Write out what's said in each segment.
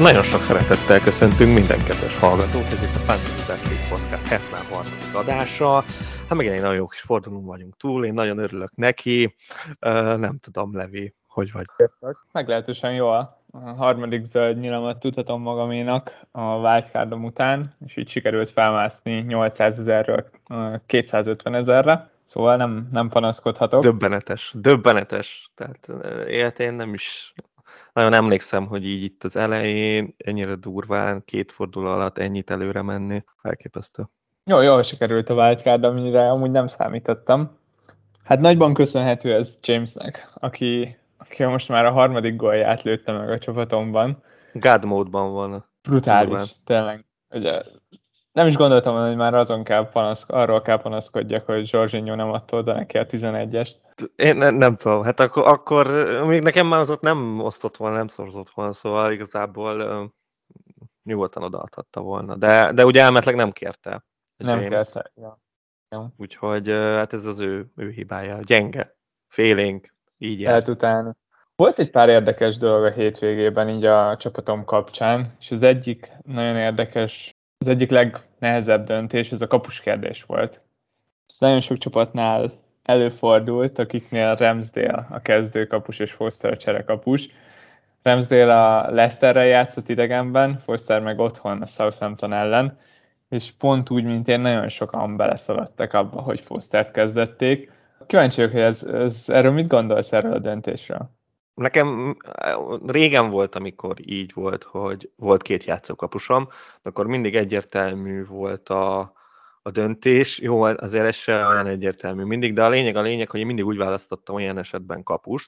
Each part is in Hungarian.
Nagyon sok szeretettel köszöntünk minden kedves hallgatót, ez itt a Fantasy Best League Podcast 73. adása. Hát megint egy nagyon jó kis fordulón vagyunk túl, én nagyon örülök neki. Nem tudom, Levi, hogy vagy? Meglehetősen jól. A harmadik zöld nyilamat tudhatom magaménak a wildcardom után, és így sikerült felmászni 800 000-ről 250 000-re, szóval nem panaszkodhatok. Döbbenetes. Tehát én nem is nagyon emlékszem, hogy így itt az elején ennyire durván 2 forduló alatt ennyit előre menni. Elképesztő. Jól sikerült a wildcard, amire amúgy nem számítottam. Hát nagyban köszönhető ez Jamesnek, aki most már a harmadik gólját lőtte meg a csapatomban. God módban van. Brutális, tényleg. Ugye, nem is gondoltam, hogy már arról kell panaszkodjak, hogy Jorginho nem adta oda neki a 11-est. Én nem tudom, hát akkor még nekem már az ott nem osztott volna, nem szorzott volna, szóval igazából nyugodtan odaadhatta volna. De ugye elmetleg nem kérte. Nem kérte, ja. Úgyhogy hát ez az ő hibája. Gyenge, félénk, így jár. Lehet utána. Volt egy pár érdekes dolog a hétvégében így a csapatom kapcsán, és az egyik nagyon érdekes, az egyik legnehezebb döntés, ez a kapus kérdés volt. Ez nagyon sok csapatnál előfordult, akiknél Ramsdale a kezdőkapus és Foster a cserekapus. Ramsdale a Leicesterrel játszott idegenben, Foster meg otthon a Southampton ellen, és pont úgy, mint én, nagyon sokan beleszaladtak abba, hogy Fostert kezdették. Kíváncsi vagyok, hogy erről mit gondolsz erről a döntésről? Nekem régen volt, amikor így volt, hogy volt 2 játszókapusom, akkor mindig egyértelmű volt a döntés. Jó, azért ez se olyan egyértelmű mindig, de a lényeg, hogy én mindig úgy választottam olyan esetben kapust,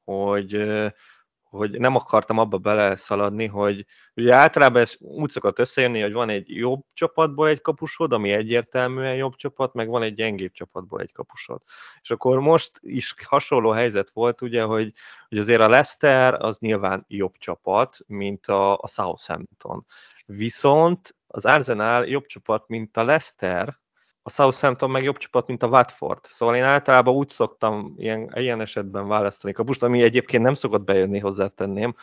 hogy nem akartam abba beleszaladni, hogy ugye általában ez úgy szokott összejönni, hogy van egy jobb csapatból egy kapusod, ami egyértelműen jobb csapat, meg van egy gyengébb csapatból egy kapusod. És akkor most is hasonló helyzet volt, ugye, hogy azért a Leicester az nyilván jobb csapat, mint a Southampton. Viszont az Arsenal jobb csapat, mint a Leicester, a Southampton meg jobb csapat, mint a Watford. Szóval én általában úgy szoktam ilyen esetben választani kapust, ami egyébként nem szokott bejönni, hozzátenném,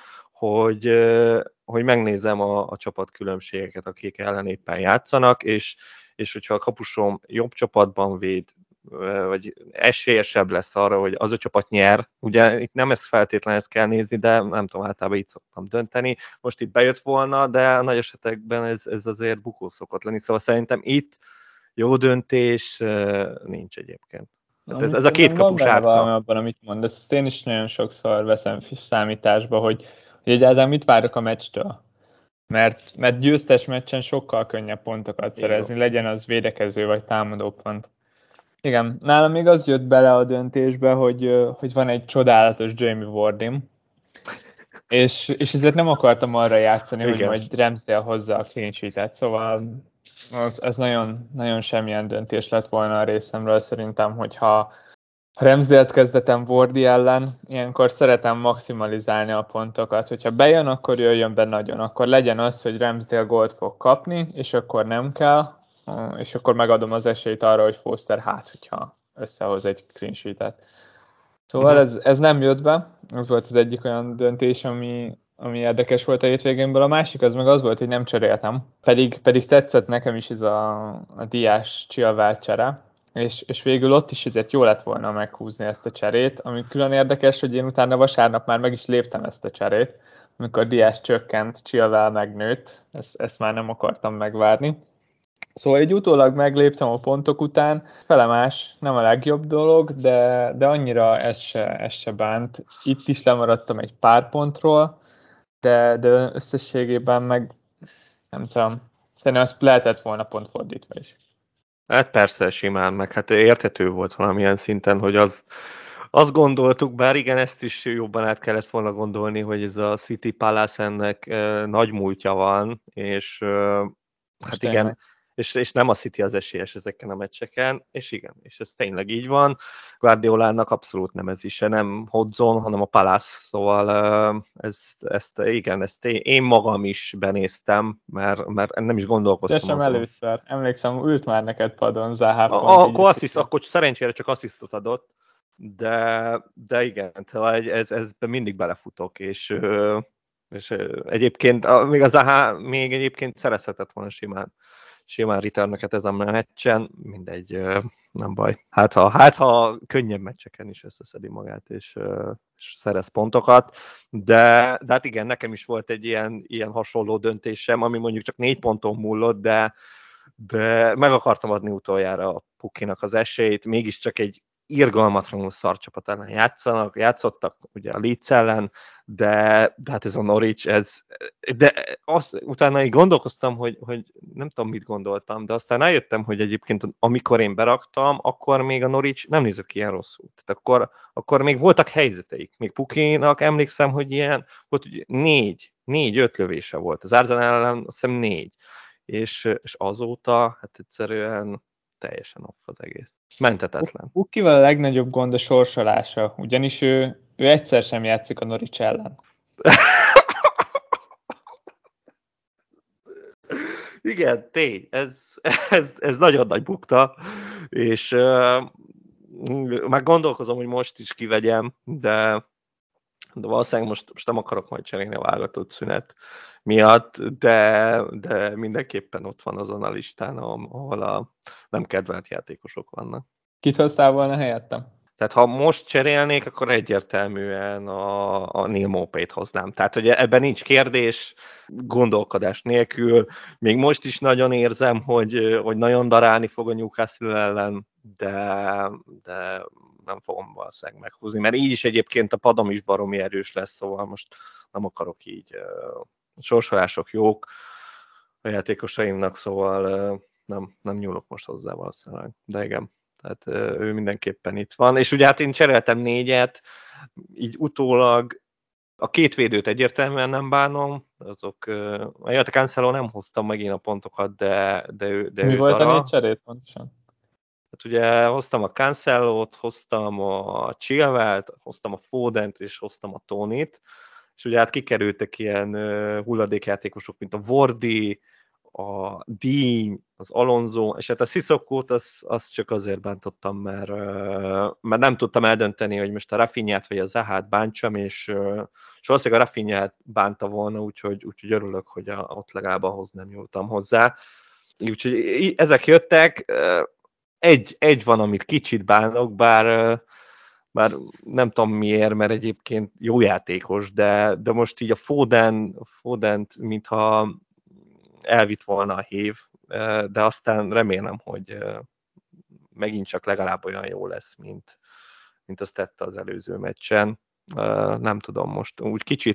hogy megnézem a csapat különbségeket, akik ellen éppen játszanak, és hogyha a kapusom jobb csapatban véd, vagy esélyesebb lesz arra, hogy az a csapat nyer. Ugye itt nem ezt feltétlenül ezt kell nézni, de nem tudom, általában így szoktam dönteni. Most itt bejött volna, de nagy esetekben ez azért bukó szokott lenni. Szóval szerintem itt jó döntés nincs egyébként. Hát ez a 2 kapus árta. Van abban, amit mondasz. Ezt én is nagyon sokszor veszem számításba, hogy egyáltalán mit várok a meccstől. Mert győztes meccsen sokkal könnyebb pontokat szerezni, legyen az védekező vagy támadó pont. Igen, nálam még az jött bele a döntésbe, hogy van egy csodálatos Jamie Wardim, és ezért nem akartam arra játszani, hogy majd Ramsdale hozza a clean sheet-et, szóval ez nagyon, nagyon semmilyen döntés lett volna a részemről szerintem, hogyha Ramsdale-t kezdetem Wardy ellen, ilyenkor szeretem maximalizálni a pontokat, hogyha bejön, akkor jöjjön be nagyon, akkor legyen az, hogy Ramsdale gólt fog kapni, és akkor nem kell, és akkor megadom az esélyt arra, hogy Foster hogyha összehoz egy clean sheet-et. Szóval ez nem jött be, ez volt az egyik olyan döntés, ami érdekes volt a hétvégénből. A másik az meg az volt, hogy nem cseréltem, pedig tetszett nekem is ez a Diás Chilwell csere, és végül ott is ezért jó lett volna meghúzni ezt a cserét, ami külön érdekes, hogy én utána vasárnap már meg is léptem ezt a cserét, amikor Diás csökkent, Chilwell megnőtt, ezt már nem akartam megvárni. Szóval így utólag megléptem a pontok után, felemás, nem a legjobb dolog, de annyira ez se bánt. Itt is lemaradtam egy pár pontról, de összességében meg nem tudom, szerintem azt lehetett volna pont fordítva is. Hát persze, simán, meg hát érthető volt valamilyen szinten, hogy azt gondoltuk, bár igen, ezt is jobban át kellett volna gondolni, hogy ez a City Palace ennek nagy múltja van, és hát igen, és nem a City az esélyes ezeken a meccseken, és igen, és ez tényleg így van. Guardiolának abszolút nem ez is, nem Hodgson, hanem a Palace, szóval ezt én magam is benéztem, mert nem is gondolkoztam. De sem azon. Először, emlékszem, ült már neked padon Zaha. Akkor szerencsére csak asszisztot adott, de igen, ez mindig belefutok, és És egyébként még az AH még egyébként szerezhetett volna simán returnöket ez a meccsen, mindegy, nem baj. Hát ha könnyebb meccseken is összeszedi magát, és szerez pontokat, de hát igen, nekem is volt egy ilyen hasonló döntésem, ami mondjuk csak 4 ponton múlott, de meg akartam adni utoljára a Pukinak az esélyt, mégiscsak egy irgalmatlanul szar csapat ellen játszottak, ugye a Leeds ellen, de hát ez a Norwich, de utána így gondolkoztam, hogy nem tudom, mit gondoltam, de aztán rájöttem, hogy egyébként amikor én beraktam, akkor még a Norwich nem nézett ilyen rosszul. Tehát akkor még voltak helyzeteik. Még Pukinak emlékszem, hogy ilyen volt, hogy 4-5 lövése volt. Az Arsenal ellen azt hiszem 4. És azóta hát egyszerűen teljesen off az egész. Mentetetlen. Pukival a legnagyobb gond a sorsolása, ugyanis ő egyszer sem játszik a Norwich ellen. Igen, tény. Ez nagyon nagy bukta, és már gondolkozom, hogy most is kivegyem, de valószínűleg most nem akarok majd cserélni a válogatott szünet miatt, de mindenképpen ott van azon a listán, ahol a nem kedvelt játékosok vannak. Kit hoztál volna helyettem? Tehát ha most cserélnék, akkor egyértelműen a Neil Maupayt hoznám. Tehát, hogy ebben nincs kérdés, gondolkodás nélkül. Még most is nagyon érzem, hogy nagyon darálni fog a Newcastle ellen, de nem fogom valószínűleg meghúzni, mert így is egyébként a padom is baromi erős lesz, szóval most nem akarok így. Sorsolások jók a játékosaimnak, szóval nem nyúlok most hozzá valószínűleg. De igen. Tehát ő mindenképpen itt van. És ugye hát én cseréltem 4-et, így utólag a 2 védőt egyértelműen nem bánom, azok, a Cancelo nem hoztam megint a pontokat, de Mi volt a 4 cserét pontosan? Hát ugye hoztam a Cancellót, hoztam a Chilwellt, hoztam a Fodent, és hoztam a Tonit, és ugye hát kikerültek ilyen hulladékjátékosok, mint a Wardy, a Díny, az Alonso, és hát a Sissokót azt csak azért bántottam, mert nem tudtam eldönteni, hogy most a Rafinhát vagy a Zahát bántsam, és valószínűleg a Rafinhát bánta volna, úgyhogy örülök, hogy ott legalább ahhoz nem nyúltam hozzá. Úgyhogy ezek jöttek, egy van, amit kicsit bánok, bár nem tudom miért, mert egyébként jó játékos, de most így a Fodent, mintha elvitt volna a hív, de aztán remélem, hogy megint csak legalább olyan jó lesz, mint azt tette az előző meccsen. Nem tudom, most úgy kicsit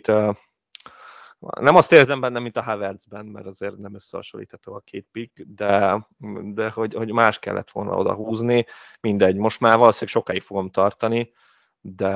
nem azt érzem benne, mint a Havertzben, mert azért nem összehasonlítható a 2 pick, de hogy más kellett volna oda húzni. Mindegy, most már valószínűleg sokáig fogom tartani, de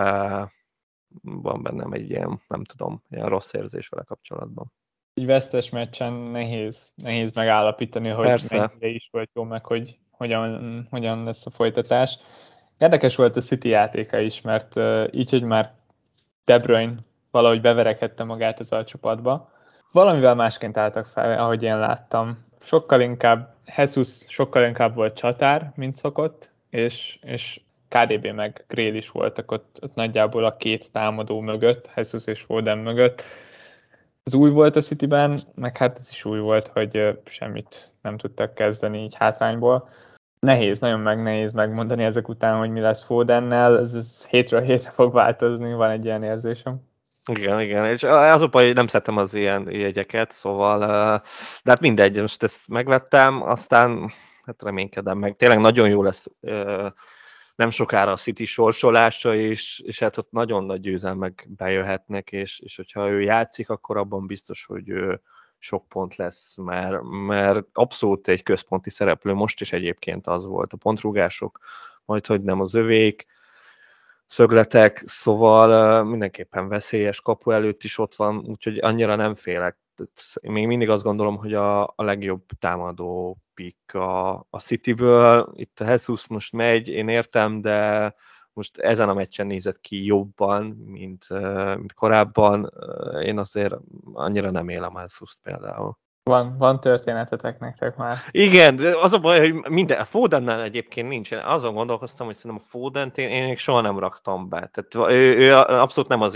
van bennem egy ilyen, nem tudom, ilyen rossz érzés vele kapcsolatban. Egy vesztes meccsen nehéz megállapítani, hogy Persze. mennyire is volt jó, meg hogy hogyan lesz a folytatás. Érdekes volt a City játéka is, mert így, hogy már De Bruyne valahogy beverekedte magát az alcsapatba. Valamivel másként álltak fel, ahogy én láttam. Jesus sokkal inkább volt csatár, mint szokott, és KDB meg Grél is voltak ott nagyjából a 2 támadó mögött, Jesus és Foden mögött. Az új volt a Cityben, meg hát ez is új volt, hogy semmit nem tudtak kezdeni így hátrányból. Nagyon nehéz megmondani ezek után, hogy mi lesz Fodennel, ez hétről hétre fog változni, van egy ilyen érzésem. Igen, és azóta nem szedtem az ilyen jegyeket, szóval, de hát mindegy, most ezt megvettem, aztán hát reménykedem meg. Tényleg nagyon jó lesz nem sokára a City sorsolása, és hát ott nagyon nagy győzelmek bejöhetnek, és hogyha ő játszik, akkor abban biztos, hogy sok pont lesz, mert abszolút egy központi szereplő, most is egyébként az volt, a pontrúgások, majd hogy nem az övék, szögletek, szóval mindenképpen veszélyes, kapu előtt is ott van, úgyhogy annyira nem félek. Én még mindig azt gondolom, hogy a legjobb támadó pick a Cityből. Itt a Jesus most megy, én értem, de most ezen a meccsen nézett ki jobban, mint korábban. Én azért annyira nem élem a Jesus például. Van történetetek nektek már. Igen, de az a baj, hogy a Fodennel egyébként nincs. Azon gondolkoztam, hogy szerintem a Fodent én soha nem raktam be. Tehát ő abszolút nem az én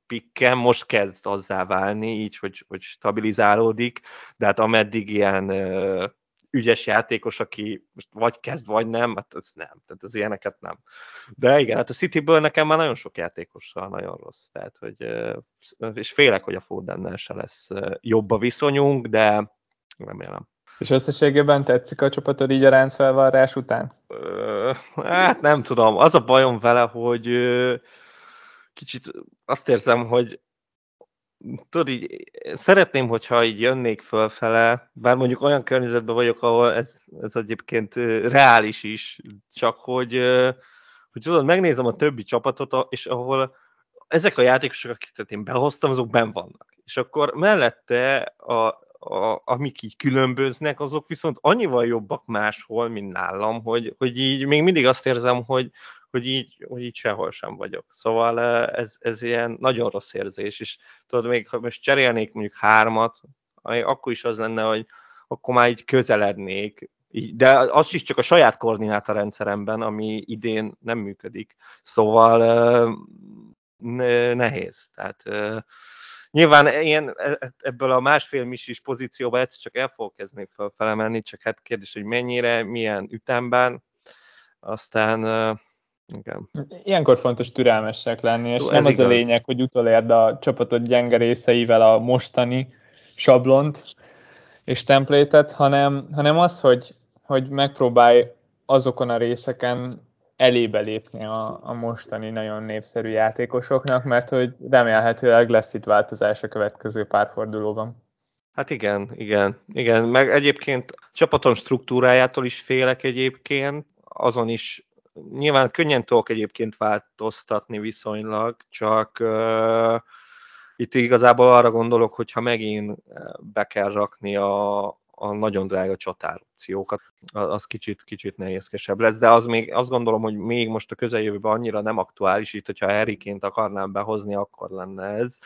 pikken, most kezd azzá válni, így, hogy stabilizálódik, de hát ameddig ilyen ügyes játékos, aki most vagy kezd, vagy nem, hát ez nem, tehát az ilyeneket nem. De igen, hát a Cityből nekem már nagyon sok játékossal nagyon rossz, tehát hogy, és félek, hogy a Fodennel se lesz jobb a viszonyunk, de remélem. És összességében tetszik a csapatod így a ráncfelvarrás után? Hát nem tudom, az a bajom vele, hogy kicsit azt érzem, hogy tudod, így szeretném, hogyha így jönnék fölfele, bár mondjuk olyan környezetben vagyok, ahol ez egyébként reális is, csak hogy tudod, megnézem a többi csapatot, és ahol ezek a játékosok, akiket én behoztam, azok benn vannak. És akkor mellette amik így különböznek, azok viszont annyival jobbak máshol, mint nálam, hogy így még mindig azt érzem, hogy így sehol sem vagyok. Szóval ez ilyen nagyon rossz érzés, és tudod, még ha most cserélnék mondjuk 3, akkor is az lenne, hogy akkor már így közelednék, de az is csak a saját koordinátorrendszeremben, ami idén nem működik. Szóval nehéz. Tehát nyilván ilyen, ebből a másfél misis pozícióba egyszer csak el fogok kezdeni felfele menni, csak hát kérdés, hogy mennyire, milyen ütemben, aztán igen. Ilyenkor fontos türelmesnek lenni, és nem az igaz. a lényeg, hogy utolérd a csapatod gyenge részeivel a mostani sablont és templétet, hanem az, hogy megpróbálj azokon a részeken elébe lépni a mostani nagyon népszerű játékosoknak, mert hogy remélhetőleg lesz itt változás a következő pár fordulóban. Hát igen, meg egyébként csapaton struktúrájától is félek egyébként, azon is nyilván könnyen tudok egyébként változtatni viszonylag, csak itt igazából arra gondolok, hogyha megint be kell rakni a nagyon drága csatáropciókat, az kicsit nehézkesebb lesz, de azt gondolom, hogy még most a közeljövőben annyira nem aktuális, itt, hogyha Harryként akarnám behozni, akkor lenne ez,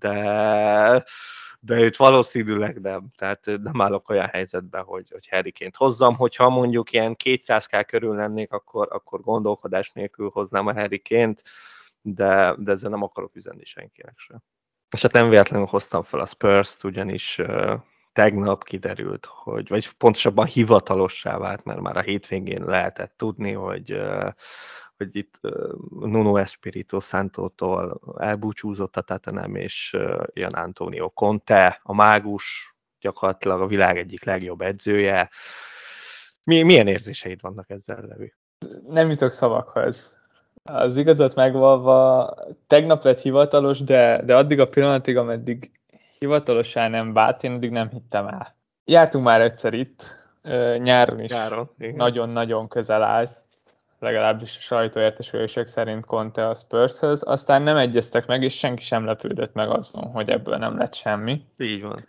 de itt valószínűleg nem, tehát nem állok olyan helyzetben, hogy Harryként hozzam, hogyha mondjuk ilyen 200k körül lennék, akkor gondolkodás nélkül hoznám a Harryként, de ezzel nem akarok üzenni senkinek sem. És hát nem véletlenül hoztam fel a Spurs-t, ugyanis tegnap kiderült, vagy pontosabban hivatalossá vált, mert már a hétvégén lehetett tudni, hogy itt Nuno Espirito Santótól elbúcsúzott a Tottenham, és jön Antonio Conte, a mágus, gyakorlatilag a világ egyik legjobb edzője. Milyen érzéseid vannak ezzel, Levi? Nem jutok szavakhoz. Az igazat megvalva, tegnap lett hivatalos, de addig a pillanatig, ameddig hivatalosan nem vált, én addig nem hittem el. Jártunk már egyszer itt, nyáron is nagyon-nagyon közel állt, legalábbis a sajtóértesülések szerint Conte a Spurshöz, aztán nem egyeztek meg, és senki sem lepődött meg azon, hogy ebből nem lett semmi. Így van.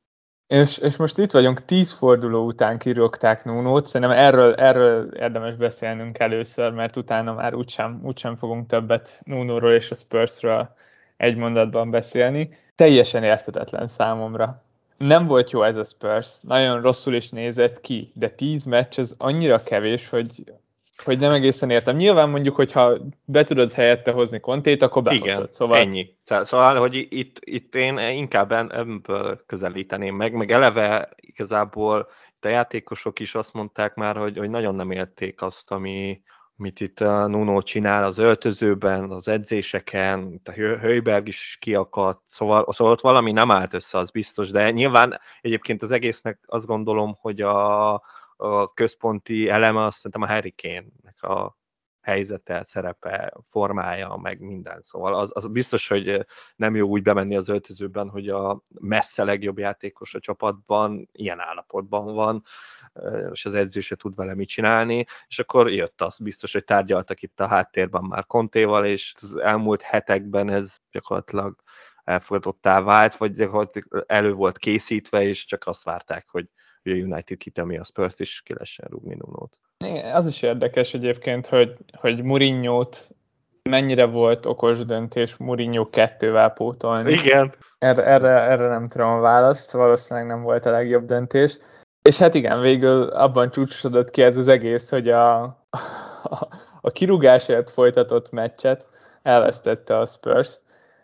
És most itt vagyunk, 10 forduló után kirúgták Nunót, szerintem erről érdemes beszélnünk először, mert utána már úgysem fogunk többet Nunóról és a Spursről egy mondatban beszélni. Teljesen érthetetlen számomra. Nem volt jó ez a Spurs, nagyon rosszul is nézett ki, de 10 meccs az annyira kevés, hogy nem egészen értem. Nyilván mondjuk, hogyha be tudod helyette hozni Contét, akkor behozod. Igen, szóval... ennyi. Szóval, hogy itt én inkább ebből közelíteném meg eleve igazából itt a játékosok is azt mondták már, hogy nagyon nem élték azt, amit itt a Nuno csinál az öltözőben, az edzéseken, itt a Højbjerg is kiakadt, szóval ott valami nem állt össze, az biztos, de nyilván egyébként az egésznek azt gondolom, hogy a központi eleme azt szerintem a Harry Kane-nek a helyzete, szerepe, formája, meg minden. Szóval az biztos, hogy nem jó úgy bemenni az öltözőben, hogy a messze legjobb játékos a csapatban ilyen állapotban van, és az edző se tud vele mit csinálni, és akkor jött az, biztos, hogy tárgyaltak itt a háttérben már Contéval, és az elmúlt hetekben ez gyakorlatilag elfogadottá vált, vagy gyakorlatilag elő volt készítve, és csak azt várták, hogy a United kitemmi a Spurs-t, és ki lehessen rúgni Nunót. Az is érdekes egyébként, hogy Mourinho-t mennyire volt okos döntés Mourinho 2-vel pótolni. Igen. Erre nem tudom a választ, valószínűleg nem volt a legjobb döntés. És hát igen, végül abban csúcsosodott ki ez az egész, hogy a kirúgásért folytatott meccset elvesztette a Spurs.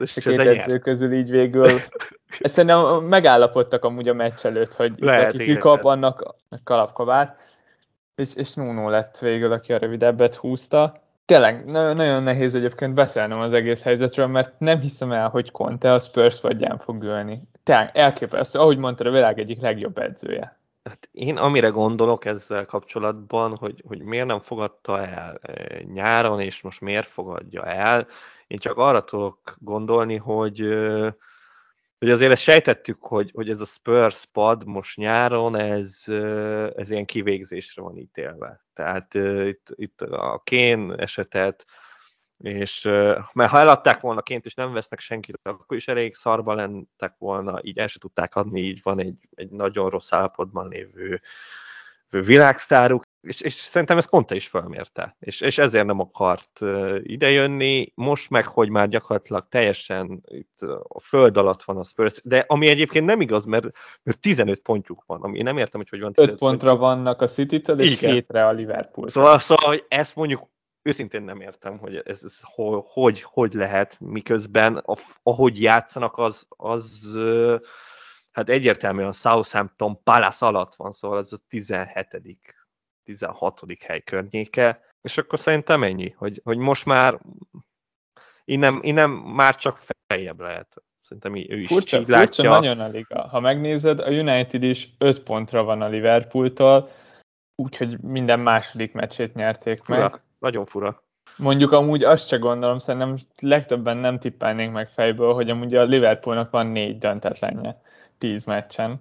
a két edző közül így végül. Ezt szerintem megállapodtak amúgy a meccs előtt, hogy itt aki kikap, annak kalapkabát. És Nuno lett végül, aki a rövidebbet húzta. Tényleg nagyon nehéz egyébként beszélnem az egész helyzetről, mert nem hiszem el, hogy Conte a Spurs padján fog ülni. Tényleg elképesztő, ahogy mondtad, a világ egyik legjobb edzője. Hát én amire gondolok ezzel kapcsolatban, hogy miért nem fogadta el nyáron, és most miért fogadja el, én csak arra tudok gondolni, hogy azért ezt sejtettük, hogy ez a Spurs pad most nyáron, ez ilyen kivégzésre van ítélve. Tehát itt a Kane esetet, és mert ha eladták volna Kane-t, és nem vesznek senkit, akkor is elég szarba lentek volna, így el se tudták adni, így van egy nagyon rossz állapotban lévő világsztáruk, és szerintem ezt Conte is felmérte, és ezért nem akart idejönni, most meg, hogy már gyakorlatilag teljesen itt a föld alatt van a Spurs, de ami egyébként nem igaz, mert 15 pontjuk van, ami én nem értem, hogy van 15 pontra pontjuk. Vannak a City-től, és 7-re a Liverpool. Szóval hogy ezt mondjuk őszintén nem értem, hogy ez hogy lehet, miközben ahogy játszanak, az hát egyértelműen a Southampton Palace alatt van, szóval ez a 17. 16. hely környéke, és akkor szerintem ennyi, hogy most már innen már csak feljebb lehet. Szerintem ő is furcsa nagyon a liga. Ha megnézed, a United is 5 pontra van a Liverpooltól, úgyhogy minden második meccsét nyerték fura, meg. Nagyon fura. Mondjuk amúgy azt se gondolom, szerintem legtöbben nem tippelnénk meg fejből, hogy amúgy a Liverpoolnak van 4 döntetlenje 10 meccsen.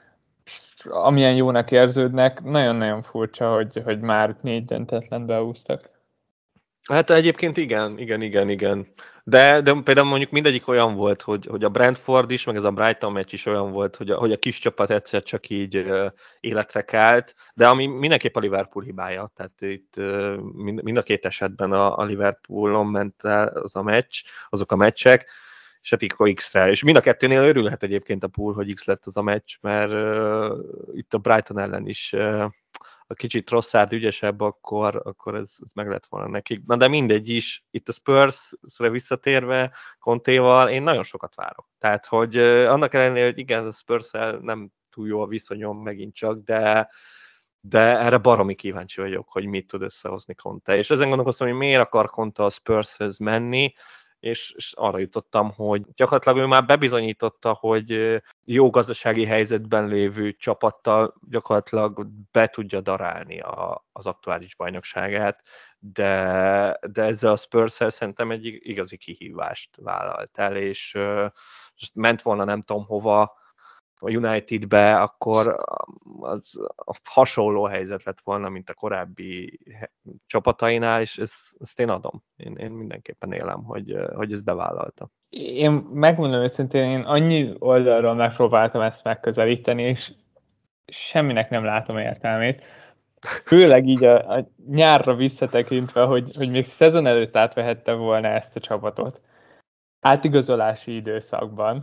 Amilyen jónak érződnek, nagyon-nagyon furcsa, hogy már 4 döntetlen beúztak. Hát egyébként igen. De például mondjuk mindegyik olyan volt, hogy a Brentford is, meg ez a Brighton meccs is olyan volt, hogy a kis csapat egyszer csak így életre kelt, de ami mindenképp a Liverpool hibája, tehát itt mind a két esetben a Liverpoolon ment el azok a meccsek, és hát akkor X-re. És mind a kettőnél örülhet egyébként a pool, hogy X lett az a meccs, mert itt a Brighton ellen is a kicsit Trossard ügyesebb, akkor ez meg lett volna nekik. Na de mindegy is, itt a Spurs-re visszatérve Contéval én nagyon sokat várok. Tehát, hogy annak ellenére, hogy igen, a Spurs-el nem túl jó a viszonyom megint csak, de erre baromi kíváncsi vagyok, hogy mit tud összehozni Conte. És ezen gondolkoztam, hogy miért akar Conte a Spurs-höz menni, és arra jutottam, hogy gyakorlatilag ő már bebizonyította, hogy jó gazdasági helyzetben lévő csapattal gyakorlatilag be tudja darálni az aktuális bajnokságát, de ezzel a Spurs-el szerintem egy igazi kihívást vállalt el, és ment volna nem tudom hova, a Unitedbe, akkor az hasonló helyzet lett volna, mint a korábbi csapatainál, és ezt én adom. Én mindenképpen élem, hogy ezt bevállalta. Én megmondom őszintén, én annyi oldalról megpróbáltam ezt megközelíteni, és semminek nem látom értelmét. Főleg így a nyárra visszatekintve, hogy még szezon előtt átvehette volna ezt a csapatot. Átigazolási időszakban.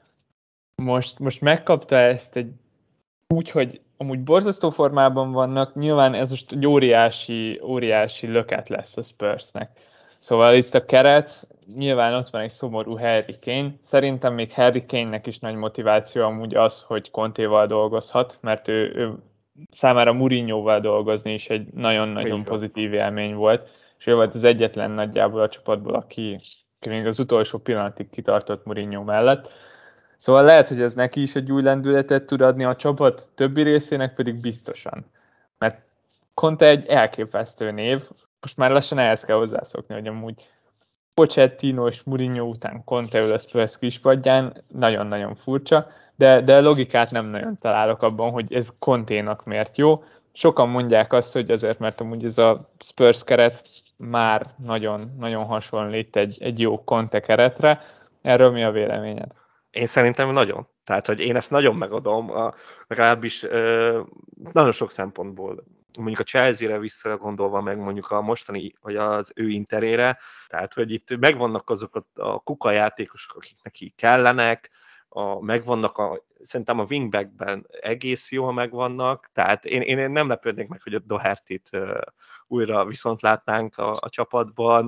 Most megkapta ezt úgy, hogy amúgy borzasztó formában vannak, nyilván ez most egy óriási löket lesz a Spursnek. Szóval itt a keret, nyilván ott van egy szomorú Harry Kane. Szerintem még Harry Kane-nek is nagy motiváció amúgy az, hogy Contéval dolgozhat, mert ő számára Mourinhoval dolgozni is egy nagyon-nagyon pozitív élmény volt, és ő volt az egyetlen nagyjából a csapatból, aki még az utolsó pillanatig kitartott Mourinho mellett. Szóval lehet, hogy ez neki is egy új lendületet tud adni, a csapat többi részének pedig biztosan. Mert Conte egy elképesztő név, most már lassan ehhez kell hozzászokni, hogy amúgy Pochettino és Mourinho után Conte ül a Spurs kispadján, nagyon-nagyon furcsa, de logikát nem nagyon találok abban, hogy ez Conténak miért jó. Sokan mondják azt, hogy azért, mert amúgy ez a Spurs keret már nagyon hasonlít egy jó Conte keretre. Erről mi a véleményed? Én szerintem nagyon. Tehát, hogy én ezt nagyon megadom, legalábbis nagyon sok szempontból. Mondjuk a Chelsea-re visszagondolva, meg mondjuk a mostani, vagy az ő Interére, tehát, hogy itt megvannak azok a kuka játékosok, akik neki kellenek, megvannak szerintem a wingbackben egész jól megvannak, tehát én nem lepődnék meg, hogy a Doherty-t újra viszont látnánk a csapatban.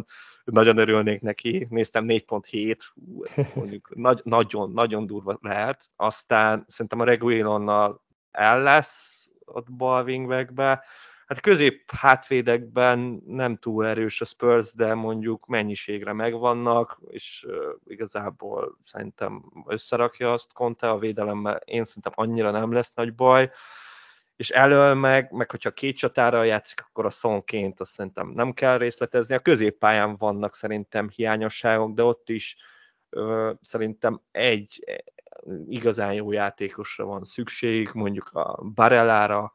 nagyon örülnék neki, néztem 4.7, mondjuk nagyon, nagyon durva lehet. Aztán szerintem a Reguilonnal el lesz ott bal wingbackbe. Hát közép hátvédekben nem túl erős a Spurs, de mondjuk mennyiségre megvannak, és igazából szerintem összerakja azt Conte a védelemmel, én szerintem annyira nem lesz nagy baj, és elől meg hogyha két csatára játszik, akkor a Sonként azt szerintem nem kell részletezni. A középpályán vannak szerintem hiányosságok, de ott is szerintem egy igazán jó játékosra van szükség, mondjuk a Barellára,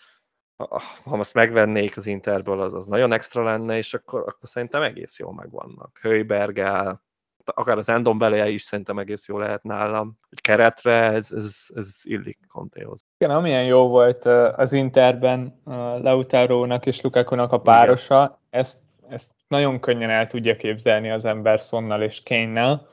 ha azt megvennék az Interből, az nagyon extra lenne, és akkor szerintem egész jól megvannak. Højbjerggel, akár az Ndombele is szerintem egész jó lehet nálam. Keretre ez illik Contehoz. Igen, amilyen jó volt az Interben Lautarónak és Lukakunak a párosa, ezt nagyon könnyen el tudja képzelni az ember Sonnal és Kane-nel.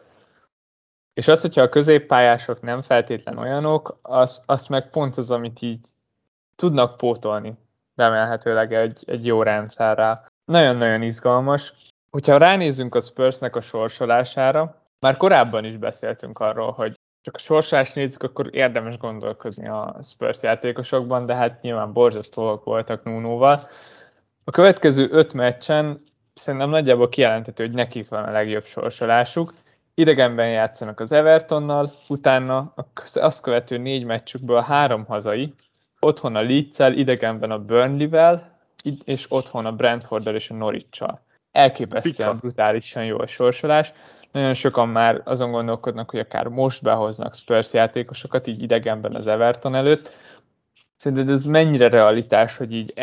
És az, hogyha a középpályások nem feltétlen olyanok, azt meg pont az, amit így tudnak pótolni, remélhetőleg egy jó rendszerrel. Nagyon-nagyon izgalmas. Hogyha ránézzünk a Spursnek a sorsolására, már korábban is beszéltünk arról, hogy csak a sorsolást nézzük, akkor érdemes gondolkozni a Spurs játékosokban, de hát nyilván borzasztóak voltak Nunóval. A következő 5 meccsen szerintem nagyjából kijelenthető, hogy nekik van a legjobb sorsolásuk. Idegenben játszanak az Evertonnal, utána azt követő 4 meccsükből 3 hazai, otthon a Leeds-el, idegenben a Burnley-vel, és otthon a Brentforddal és a Norwich-sal. Elképesztően brutálisan jó a sorsolás. Nagyon sokan már azon gondolkodnak, hogy akár most behoznak Spurs játékosokat, így idegenben az Everton előtt. Szerinted ez mennyire realitás, hogy így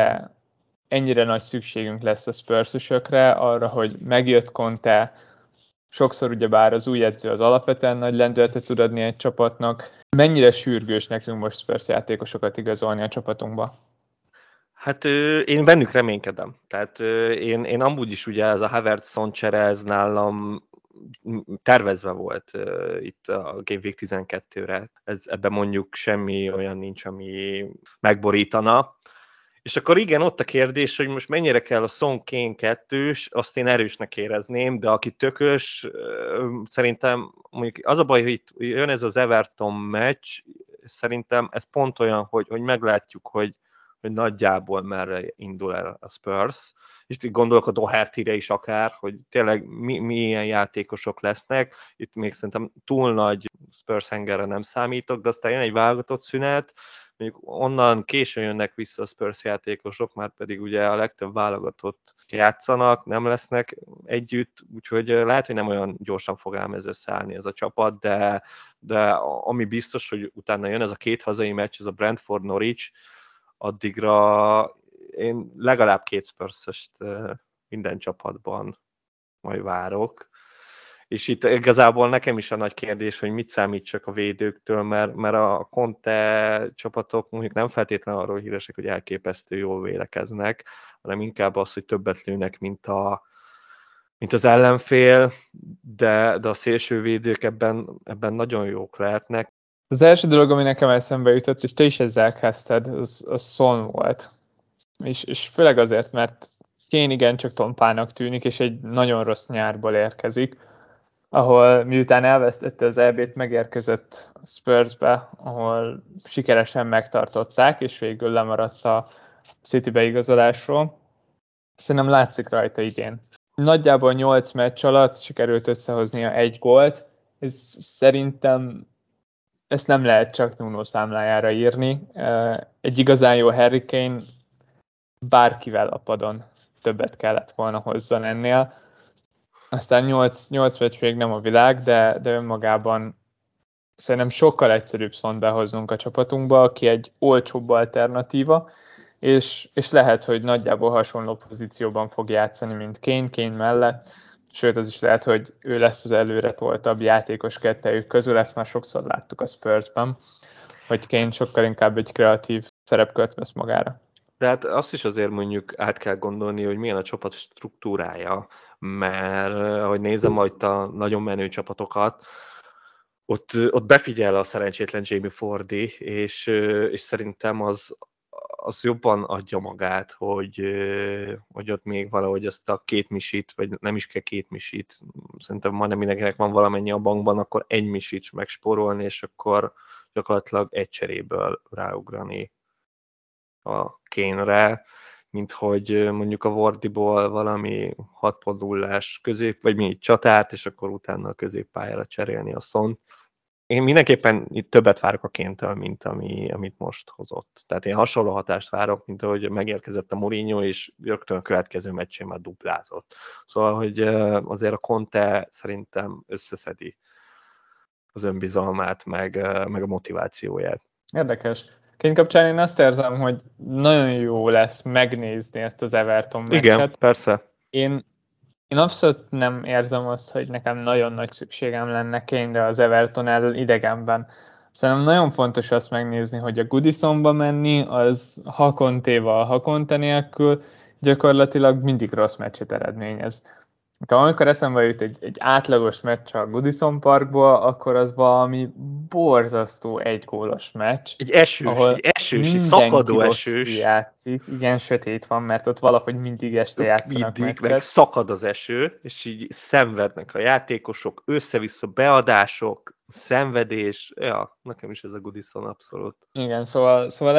ennyire nagy szükségünk lesz a Spurs-ösökre, arra, hogy megjött Conte, sokszor ugyebár az új edző az alapvetően nagy lendületet tud adni egy csapatnak. Mennyire sürgős nekünk most Spurs játékosokat igazolni a csapatunkba? Hát én bennük reménykedem. Tehát én amúgy is ugye ez a Havertz-Son csere, ez nálam tervezve volt itt a Game Week 12-re. Ebben mondjuk semmi olyan nincs, ami megborítana. És akkor igen, ott a kérdés, hogy most mennyire kell a Son Kane 2-s, azt én erősnek érezném, de aki tökös, szerintem mondjuk az a baj, hogy itt jön ez az Everton meccs, szerintem ez pont olyan, hogy meglátjuk, hogy nagyjából merre indul el a Spurs, és itt gondolok a Doherty-re is akár, hogy tényleg milyen játékosok lesznek, itt még szerintem túl nagy Spurs hengerre nem számítok, de aztán jön egy válogatott szünet, mondjuk onnan későn jönnek vissza a Spurs játékosok, már pedig ugye a legtöbb válogatott játszanak, nem lesznek együtt, úgyhogy lehet, hogy nem olyan gyorsan fog ám ez összeállni ez a csapat, de ami biztos, hogy utána jön ez a 2 hazai meccs, ez a Brentford-Norwich, addigra én legalább 2 Spurs-öst minden csapatban majd várok. És itt igazából nekem is a nagy kérdés, hogy mit számítsak a védőktől, mert a Conte csapatok mondjuk nem feltétlenül arról híresek, hogy elképesztő jól védekeznek, hanem inkább az, hogy többet lőnek, mint az ellenfél, de a szélsővédők ebben nagyon jók lehetnek. Az első dolog, ami nekem eszembe jutott, és te is ezzel kezdted, az Son volt. És főleg azért, mert Kane igencsak tompának tűnik, és egy nagyon rossz nyárból érkezik, ahol miután elvesztette az EB-t, megérkezett a Spursbe, ahol sikeresen megtartották, és végül lemaradt a City beigazolásról. Szerintem látszik rajta idén. Nagyjából 8 meccs alatt sikerült összehoznia 1 gólt. Ez szerintem ezt nem lehet csak Nuno számlájára írni. Egy igazán jó Harry Kane bárkivel a padon többet kellett volna hozzon ennél. Aztán 8 meccs még nem a világ, de önmagában szerintem sokkal egyszerűbb Szont behoznunk a csapatunkba, aki egy olcsóbb alternatíva, és lehet, hogy nagyjából hasonló pozícióban fog játszani, mint Kane mellett, sőt az is lehet, hogy ő lesz az előre toltabb játékos kettejük közül, ezt már sokszor láttuk a Spursben, hogy Kane sokkal inkább egy kreatív szerepkört vesz magára. De hát azt is azért mondjuk át kell gondolni, hogy milyen a csapat struktúrája, mert ahogy nézem majd a nagyon menő csapatokat, ott befigyel a szerencsétlen Jamie Vardy, és szerintem az az jobban adja magát, hogy ott még valahogy ezt a 2 misit, vagy nem is kell 2 misit, szerintem majdnem mindenkinek van valamennyi a bankban, akkor egy misit megspórolni, és akkor gyakorlatilag egy cseréből ráugrani a Kane-re, mint hogy mondjuk a Wardyból valami 6.0-ás közép, vagy mi csatárt, és akkor utána a középpályára cserélni a Son. Én mindenképpen itt többet várok a Kane-től, mint amit most hozott. Tehát én hasonló hatást várok, mint ahogy megérkezett a Mourinho, és rögtön a következő meccsén már duplázott. Szóval, hogy azért a Conte szerintem összeszedi az önbizalmát, meg a motivációját. Érdekes. Kane kapcsán én azt érzem, hogy nagyon jó lesz megnézni ezt az Everton meccset. Igen, persze. Én abszolút nem érzem azt, hogy nekem nagyon nagy szükségem lenne Kane-re az Everton elől idegenben. Szerintem nagyon fontos azt megnézni, hogy a Goodisonba menni, az ha Contéval, ha Conte nélkül gyakorlatilag mindig rossz meccset eredményez. Amikor eszembe jut egy átlagos meccs a Goodison Parkból, akkor az valami borzasztó egygólos meccs. Egy esős, egy szakadó esős. Játszik. Igen, sötét van, mert ott valahogy mindig este játszanak mindig, meg szakad az eső, és így szenvednek a játékosok, össze-vissza beadások, szenvedés. Ja, nekem is ez a Goodison abszolút. Igen, szóval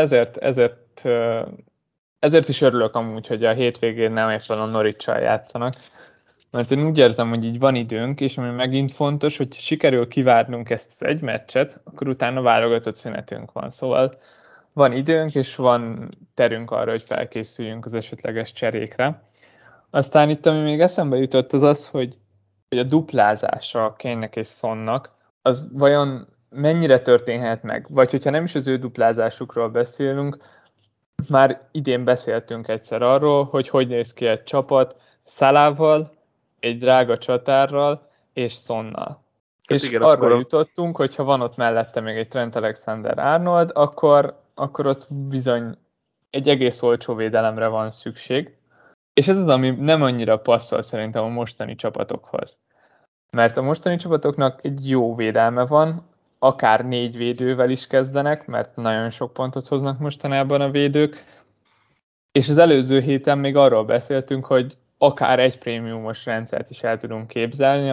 ezért is örülök amúgy, hogy a hétvégén nem éppen a Norwich-sal játszanak. Mert én úgy érzem, hogy így van időnk, és ami megint fontos, hogy sikerül kivárnunk ezt az egy meccset, akkor utána válogatott szünetünk van. Szóval van időnk, és van terünk arra, hogy felkészüljünk az esetleges cserékre. Aztán itt, ami még eszembe jutott, az az, hogy a duplázása a Kane-nek és Sonnak, az vajon mennyire történhet meg? Vagy hogyha nem is az ő duplázásukról beszélünk, már idén beszéltünk egyszer arról, hogy néz ki egy csapat Salával, egy drága csatárral és Sonnal. Hát és igen, arra jutottunk, hogy ha van ott mellette még egy Trent Alexander-Arnold, akkor ott bizony egy egész olcsó védelemre van szükség. És ez az, ami nem annyira passzol szerintem a mostani csapatokhoz. Mert a mostani csapatoknak egy jó védelme van, akár 4 védővel is kezdenek, mert nagyon sok pontot hoznak mostanában a védők. És az előző héten még arról beszéltünk, hogy akár egy prémiumos rendszert is el tudunk képzelni,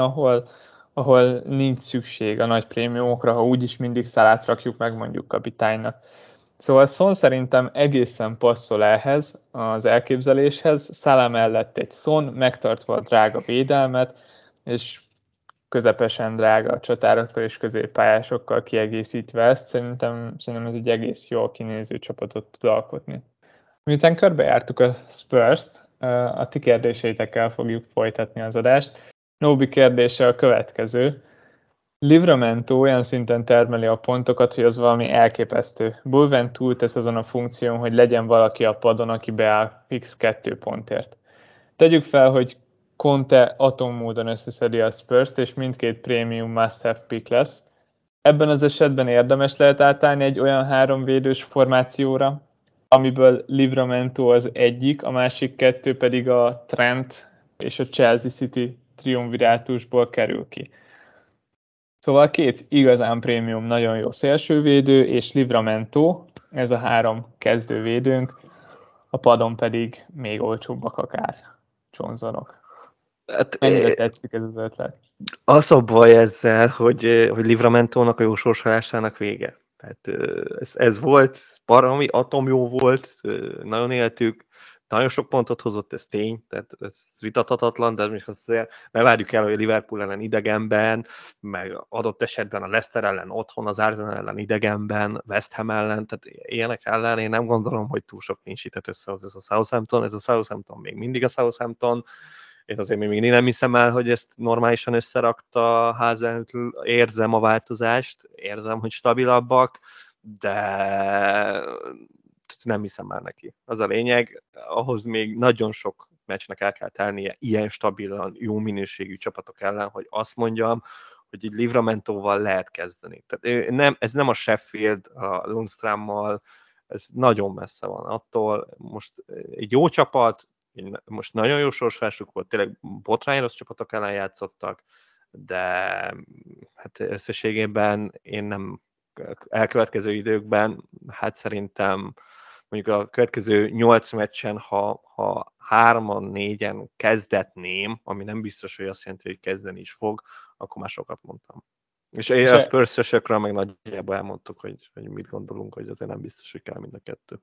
ahol nincs szükség a nagy prémiumokra, ha úgyis mindig Salát rakjuk meg mondjuk kapitánynak. Szóval Son szerintem egészen passzol ehhez az elképzeléshez, Salah mellett egy Son, megtartva a drága védelmet, és közepesen drága a csatárokkal és középpályásokkal kiegészítve ezt, szerintem ez egy egész jól kinéző csapatot tud alkotni. Miután körbejártuk a Spurs-t, a ti kérdéseitekkel fogjuk folytatni az adást. Nóbi kérdése a következő. Livramento olyan szinten termeli a pontokat, hogy az valami elképesztő. Bulven túltesz azon a funkción, hogy legyen valaki a padon, aki beáll fix 2 pontért. Tegyük fel, hogy Conte atommódon összeszedi a Spurs-t, és mindkét prémium must-have pick lesz. Ebben az esetben érdemes lehet átállni egy olyan 3 védős formációra, amiből Livramento az egyik, a másik 2 pedig a Trent és a Chelsea City triumvirátusból kerül ki. Szóval 2 igazán prémium, nagyon jó szélsővédő, és Livramento, ez a 3 kezdővédőnk, a padon pedig még olcsóbbak akár Johnsonok. Hát, mennyire tetszik ez az ötlet? Az a baj ezzel, hogy Livramentónak a jó sorsolásának vége. Tehát ez volt, baromi atomjó volt, nagyon éltük, nagyon sok pontot hozott, ez tény, tehát ez vitathatatlan, de most azért ne várjuk el, hogy a Liverpool ellen idegenben, meg adott esetben a Leicester ellen otthon, az Arsenal ellen idegenben, West Ham ellen, tehát ilyenek ellen én nem gondolom, hogy túl sok nincsített összehoz ez a Southampton, ez a Southampton még mindig a Southampton, én azért még mindig nem hiszem el, hogy ezt normálisan összerakta Hasenhüttl, érzem a változást, érzem, hogy stabilabbak, de nem hiszem el neki. Az a lényeg, ahhoz még nagyon sok meccsnek el kell telnie ilyen stabilan, jó minőségű csapatok ellen, hogy azt mondjam, hogy egy Livramentóval lehet kezdeni. Tehát ez nem a Sheffield, a Lundströmmel, ez nagyon messze van attól. Most egy jó csapat, most nagyon jó sorsásuk volt, tényleg botrányos csapatok ellen játszottak, de hát összességében én nem elkövetkező időkben, hát szerintem mondjuk a következő 8 meccsen, ha 3-an, 4-en kezdetném, ami nem biztos, hogy azt jelenti, hogy kezdeni is fog, akkor már sokat mondtam. És a Spurs-ösökről meg nagyjából elmondtuk, hogy mit gondolunk, hogy azért nem biztos, hogy kell mind a kettő.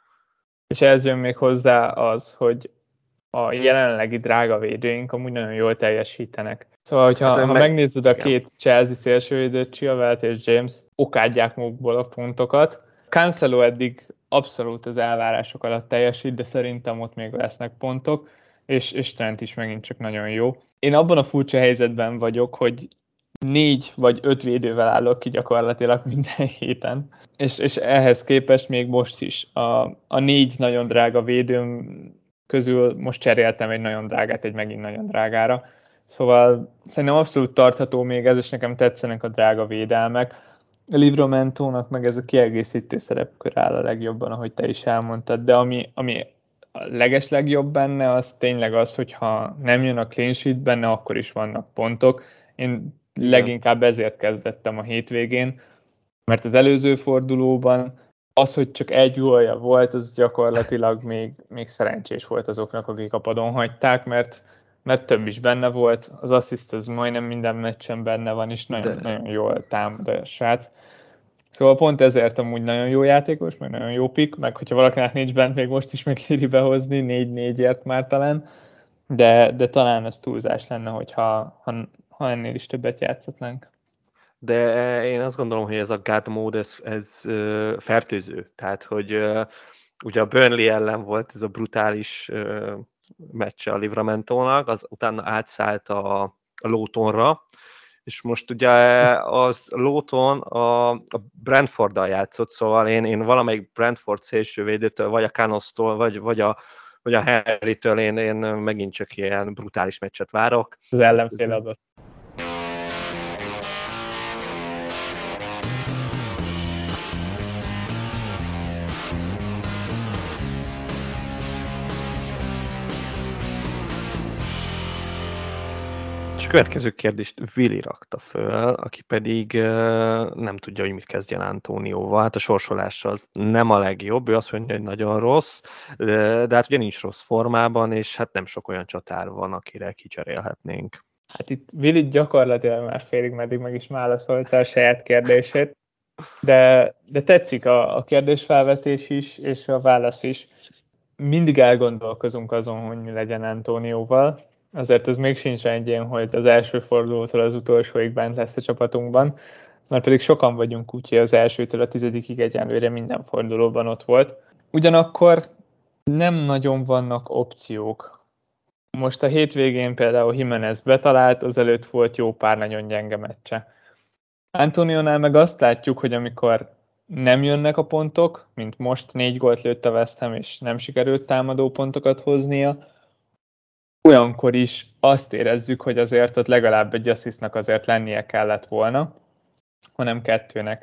És ez jön még hozzá az, hogy a jelenlegi drága védőink amúgy nagyon jól teljesítenek. Szóval, hogyha megnézed a két Chelsea szélsővédőt, Chilwellt és James, okádják magukból a pontokat. Cancelo eddig abszolút az elvárások alatt teljesít, de szerintem ott még lesznek pontok, és Trent is megint csak nagyon jó. Én abban a furcsa helyzetben vagyok, hogy 4 vagy 5 védővel állok ki gyakorlatilag minden héten. És ehhez képest még most is a 4 nagyon drága védőm közül most cseréltem egy nagyon drágát, egy megint nagyon drágára. Szóval szerintem abszolút tartható még ez, és nekem tetszenek a drága védelmek. A Livramentónak meg ez a kiegészítő szerepkör áll a legjobban, ahogy te is elmondtad, de ami a legeslegjobb benne, az tényleg az, hogyha nem jön a clean sheet benne, akkor is vannak pontok. Én leginkább ezért kezdettem a hétvégén, mert az előző fordulóban az, hogy csak egy gólja volt, az gyakorlatilag még szerencsés volt azoknak, akik a padon hagyták, mert több is benne volt, az assziszt az majdnem minden meccsen benne van, és nagyon jól támad a srác. Szóval pont ezért amúgy nagyon jó játékos, meg nagyon jó pick, meg hogyha valakinek nincs bent, még most is megéri behozni, 4-4-ért már talán, de talán ez túlzás lenne, hogyha ennél is többet játszhatnánk. De én azt gondolom, hogy ez a God Mode, ez fertőző. Tehát, hogy ugye a Burnley ellen volt ez a brutális meccse a Livramentónak, az utána átszállt a Lutonra, és most ugye az Luton a Brentforddal játszott, szóval én valamelyik Brentford szélsővédőtől, vagy a Canos-tól, vagy a Henry-től én megint csak ilyen brutális meccset várok. Az ellenfél adott. És a következő kérdést Willi rakta föl, aki pedig nem tudja, hogy mit kezdjen Antónióval. Hát a sorsolás az nem a legjobb, ő azt mondja, hogy nagyon rossz, de hát ugye nincs rossz formában, és hát nem sok olyan csatár van, akire kicserélhetnénk. Hát itt Willi gyakorlatilag már félig meddig meg is válaszolta a saját kérdését, de tetszik a kérdésfelvetés is, és a válasz is. Mindig elgondolkozunk azon, hogy mi legyen Antónióval. Azért ez még sincs egy ilyen, hogy az első fordulótól az utolsóig bent lesz a csapatunkban, mert pedig sokan vagyunk, úgyhogy az elsőtől a 10-ig egyenlőre minden fordulóban ott volt. Ugyanakkor nem nagyon vannak opciók. Most a hétvégén például Jimenez betalált, azelőtt volt jó pár nagyon gyenge meccse. Antóniónál meg azt látjuk, hogy amikor nem jönnek a pontok, mint most 4 gólt lőtt a West Ham, és nem sikerült támadó pontokat hoznia, olyankor is azt érezzük, hogy azért ott legalább egy asszisztnak azért lennie kellett volna, hanem 2-nek.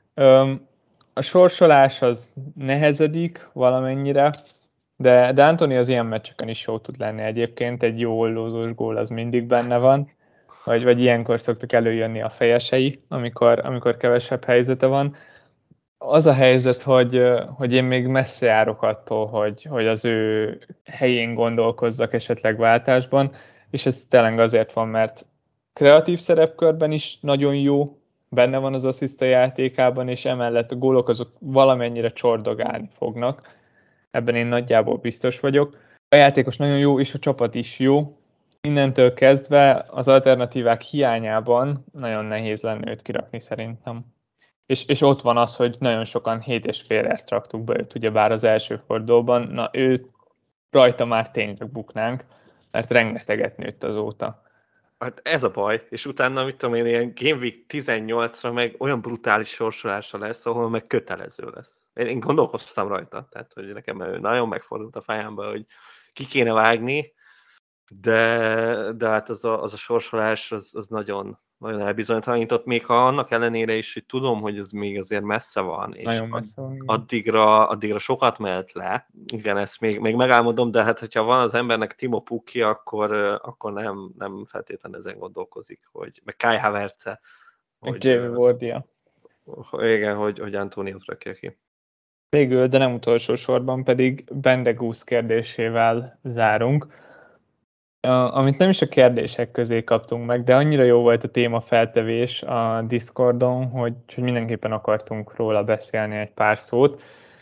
A sorsolás az nehezedik valamennyire, de Antoni az ilyen meccseken is jó tud lenni egyébként, egy jó ollózós gól az mindig benne van, vagy ilyenkor szoktak előjönni a fejesei, amikor kevesebb helyzete van. Az a helyzet, hogy én még messze járok attól, hogy az ő helyén gondolkozzak esetleg váltásban, és ez tényleg azért van, mert kreatív szerepkörben is nagyon jó, benne van az assziszta játékában, és emellett a gólok azok valamennyire csordogálni fognak. Ebben én nagyjából biztos vagyok. A játékos nagyon jó, és a csapat is jó. Innentől kezdve az alternatívák hiányában nagyon nehéz lenne őt kirakni szerintem. És ott van az, hogy nagyon sokan 7,5-ért raktuk be őt, ugyebár az első fordulóban. Na őt rajta már tényleg buknánk, mert rengeteget nőtt azóta. Hát ez a baj, és utána, mit tudom én, ilyen Game Week 18-ra meg olyan brutális sorsolása lesz, ahol meg kötelező lesz. Én gondolkoztam rajta, tehát hogy nekem nagyon megfordult a fejembe, hogy ki kéne vágni, de hát az a sorsolás az nagyon, nagyon elbizonytalanított, még ha annak ellenére is, hogy tudom, hogy ez még azért messze van, és messze van, addigra sokat mehet le. Igen, ezt még megálmodom, de hát hogyha van az embernek Timo Pukki, akkor nem feltétlenül ezen gondolkozik, hogy meg Kai Havertz-e, meg Jamie Wardia. Igen, hogy Antóniót rakja ki. Végül, de nem utolsó sorban pedig Bendegúz kérdésével zárunk, amit nem is a kérdések közé kaptunk meg, de annyira jó volt a témafeltevés a Discordon, hogy mindenképpen akartunk róla beszélni egy pár szót.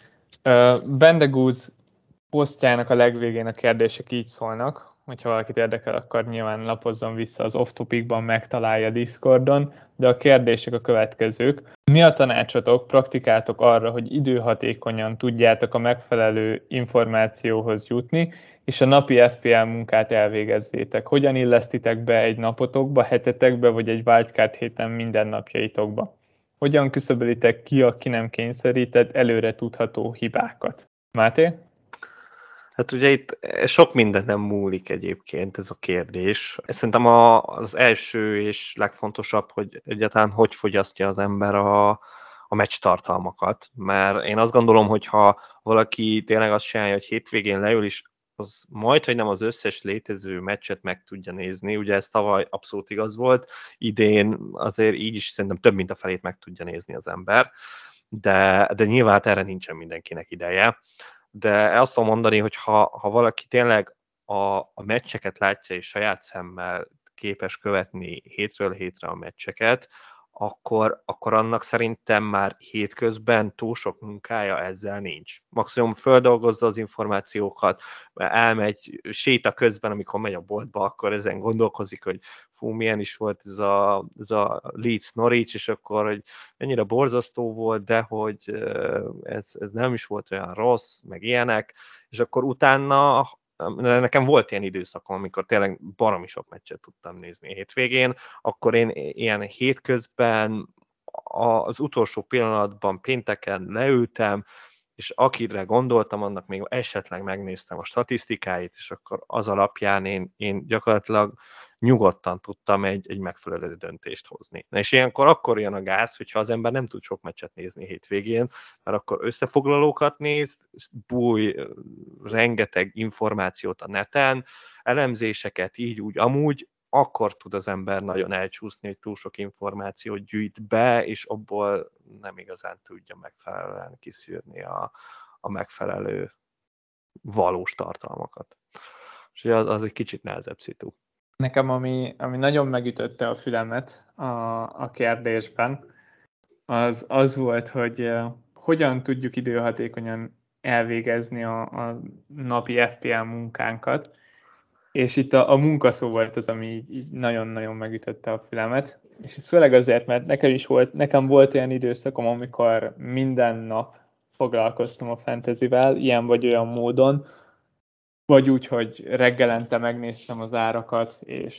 Bendegúz posztjának a legvégén a kérdések így szólnak, hogyha valakit érdekel, akkor nyilván lapozzon vissza az off-topicban, megtalálja Discordon, de a kérdések a következők. Mi a tanácsotok, praktikátok arra, hogy időhatékonyan tudjátok a megfelelő információhoz jutni, és a napi FPL munkát elvégezzétek? Hogyan illesztitek be egy napotokba, hetetekbe, vagy egy wildcard héten mindennapjaitokba? Hogyan küszöbölitek ki a ki nem kényszerített, előre tudható hibákat? Máté? Hát ugye itt sok minden nem múlik egyébként ez a kérdés. Szerintem az első és legfontosabb, hogy egyáltalán hogy fogyasztja az ember a meccs tartalmakat. Mert én azt gondolom, hogy ha valaki tényleg azt csinálja, hogy hétvégén leül, és az majd, hogy nem az összes létező meccset meg tudja nézni, ugye ez tavaly abszolút igaz volt, idén azért így is szerintem több mint a felét meg tudja nézni az ember, de nyilván erre nincsen mindenkinek ideje. De azt tudom mondani, hogy ha valaki tényleg a meccseket látja és saját szemmel képes követni hétről hétre a meccseket, akkor annak szerintem már hétközben túl sok munkája ezzel nincs. Maximum földolgozza az információkat, elmegy, séta közben, amikor megy a boltba, akkor ezen gondolkozik, hogy fú, milyen is volt ez a Leeds Norwich, és akkor, hogy mennyire borzasztó volt, de hogy ez nem is volt olyan rossz, meg ilyenek, és akkor utána nekem volt ilyen időszakom, amikor tényleg baromi sok meccset tudtam nézni hétvégén, akkor én ilyen hétközben az utolsó pillanatban pénteken leültem, és akire gondoltam, annak még esetleg megnéztem a statisztikáit, és akkor az alapján én gyakorlatilag nyugodtan tudtam egy megfelelő döntést hozni. És ilyenkor akkor jön a gáz, hogyha az ember nem tud sok meccset nézni hétvégén, mert akkor összefoglalókat néz, bújj rengeteg információt a neten, elemzéseket így, úgy, amúgy, akkor tud az ember nagyon elcsúszni, hogy túl sok információt gyűjt be, és abból nem igazán tudja megfelelően kiszűrni a megfelelő valós tartalmakat. És az egy kicsit nehezebb szitu. Nekem, ami nagyon megütötte a fülemet a kérdésben, az volt, hogy hogyan tudjuk időhatékonyan elvégezni a napi FPL munkánkat, és itt a munkaszó volt az, ami így nagyon-nagyon megütötte a fülemet, és ez főleg azért, mert nekem volt olyan időszakom, amikor minden nap foglalkoztam a fantasyvel, ilyen vagy olyan módon, vagy úgy, hogy reggelente megnéztem az árakat,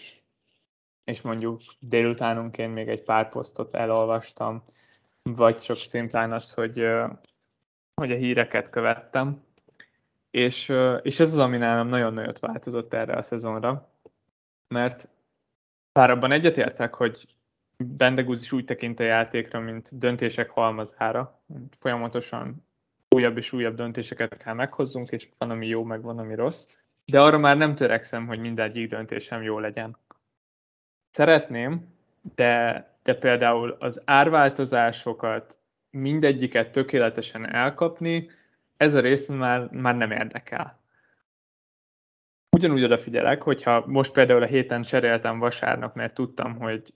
és mondjuk délutánonként még egy pár posztot elolvastam, vagy csak szimplán az, hogy a híreket követtem. És ez az, ami nálam nagyon nagyot változott erre a szezonra, mert bár abban egyetértek, hogy Bendegúz is úgy tekint a játékra, mint döntések halmazára, folyamatosan újabb és újabb döntéseket kell meghozzunk, és van, ami jó, meg van, ami rossz, de arra már nem törekszem, hogy mindegyik döntésem jó legyen. Szeretném, de például az árváltozásokat, mindegyiket tökéletesen elkapni, ez a rész már nem érdekel. Ugyanúgy odafigyelek, hogyha most például a héten cseréltem vasárnap, mert tudtam, hogy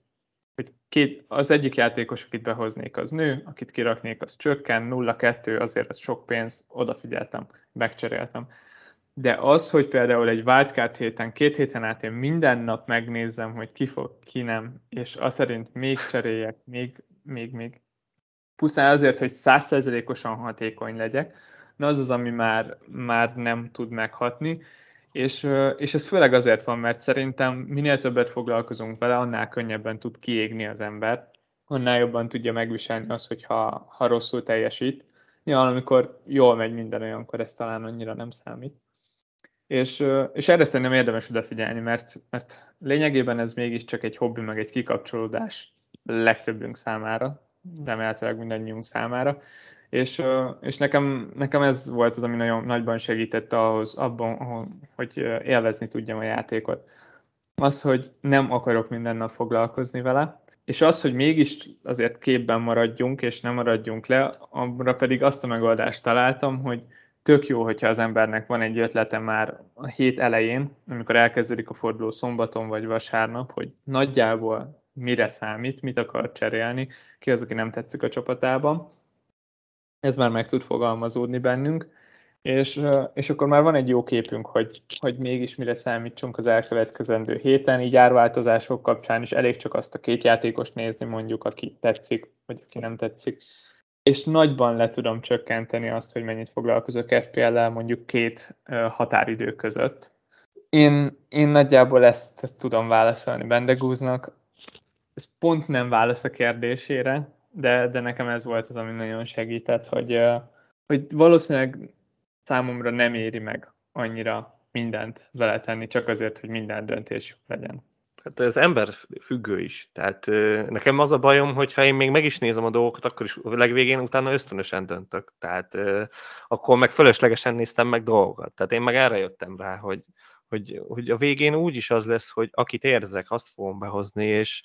az egyik játékos, akit behoznék, az nő, akit kiraknék, az csökken, 0-2, azért az sok pénz, odafigyeltem, megcseréltem. De az, hogy például egy wildcard héten, 2 héten át én minden nap megnézem, hogy ki fog, ki nem, és azt szerint még cseréljek, még pusztán azért, hogy 100%-osan hatékony legyek, na az, ami már nem tud meghatni, és ez főleg azért van, mert szerintem minél többet foglalkozunk vele, annál könnyebben tud kiégni az ember, annál jobban tudja megviselni azt, hogyha rosszul teljesít. Nyilván, amikor jól megy minden, olyankor ez talán annyira nem számít. És erre szerintem érdemes odafigyelni, mert lényegében ez mégiscsak egy hobbi, meg egy kikapcsolódás legtöbbünk számára, remélhetőleg mindannyiunk számára. És nekem ez volt az, ami nagyon nagyban segített abban, hogy élvezni tudjam a játékot. Az, hogy nem akarok minden nap foglalkozni vele, És az, hogy mégis azért képben maradjunk, és nem maradjunk le, arra pedig azt a megoldást találtam, hogy tök jó, hogyha az embernek van egy ötlete már a hét elején, amikor elkezdődik a forduló szombaton vagy vasárnap, hogy nagyjából mire számít, mit akar cserélni, ki az, aki nem tetszik a csapatában. Ez már meg tud fogalmazódni bennünk, és akkor már van egy jó képünk, hogy mégis mire számítsunk az elkövetkezendő héten, így árváltozások kapcsán is elég csak azt a két játékost nézni mondjuk, aki tetszik, vagy aki nem tetszik. És nagyban le tudom csökkenteni azt, hogy mennyit foglalkozok FPL-lel mondjuk két határidő között. Én nagyjából ezt tudom válaszolni Bendegúznak. Ez pont nem válasz a kérdésére, de nekem ez volt az, ami nagyon segített, hogy valószínűleg számomra nem éri meg annyira mindent vele tenni, csak azért, hogy minden döntésük legyen. Hát ez ember függő is. Tehát nekem az a bajom, hogyha én még meg is nézem a dolgokat, akkor is legvégén utána ösztönösen döntök. Tehát akkor meg fölöslegesen néztem meg dolgokat. Tehát én meg erre jöttem rá, hogy a végén úgy is az lesz, hogy akit érzek, azt fogom behozni, és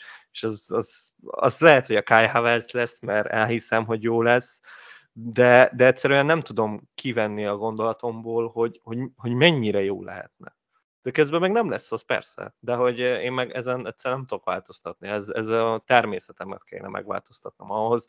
az lehet, hogy a Kai Havertz lesz, mert elhiszem, hogy jó lesz, de egyszerűen nem tudom kivenni a gondolatomból, hogy mennyire jó lehetne. De közben meg nem lesz az persze, de hogy én meg ezen egyszerűen nem tudok változtatni, ez a természetemet kéne megváltoztatnom ahhoz,